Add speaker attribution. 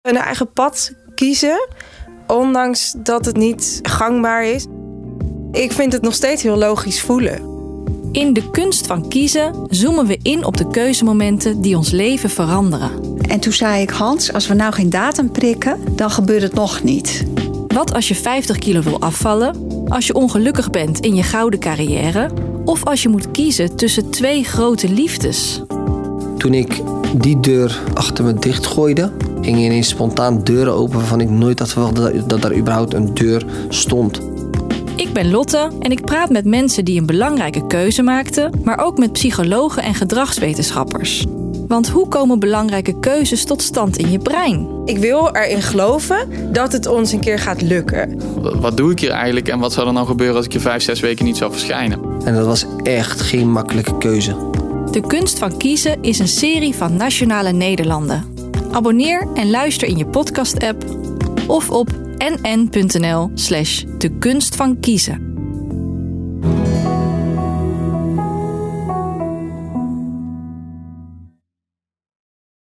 Speaker 1: Een eigen pad kiezen, ondanks dat het niet gangbaar is. Ik vind het nog steeds heel logisch voelen.
Speaker 2: In De Kunst van Kiezen zoomen we in op de keuzemomenten die ons leven veranderen.
Speaker 3: En toen zei ik, Hans, als we nou geen datum prikken, dan gebeurt het nog niet.
Speaker 2: Wat als je 50 kilo wil afvallen, als je ongelukkig bent in je gouden carrière, of als je moet kiezen tussen 2 grote liefdes?
Speaker 4: Toen ik die deur achter me dichtgooide, gingen ineens spontaan deuren open waarvan ik nooit had verwacht dat er überhaupt een deur stond.
Speaker 2: Ik ben Lotte en ik praat met mensen die een belangrijke keuze maakten, maar ook met psychologen en gedragswetenschappers. Want hoe komen belangrijke keuzes tot stand in je brein?
Speaker 1: Ik wil erin geloven dat het ons een keer gaat lukken.
Speaker 5: Wat doe ik hier eigenlijk en wat zou er nou gebeuren als ik je 5-6 weken niet zou verschijnen?
Speaker 4: En dat was echt geen makkelijke keuze.
Speaker 2: De Kunst van Kiezen is een serie van Nationale Nederlanden. Abonneer en luister in je podcast-app of op nn.nl/dekunstvankiezen.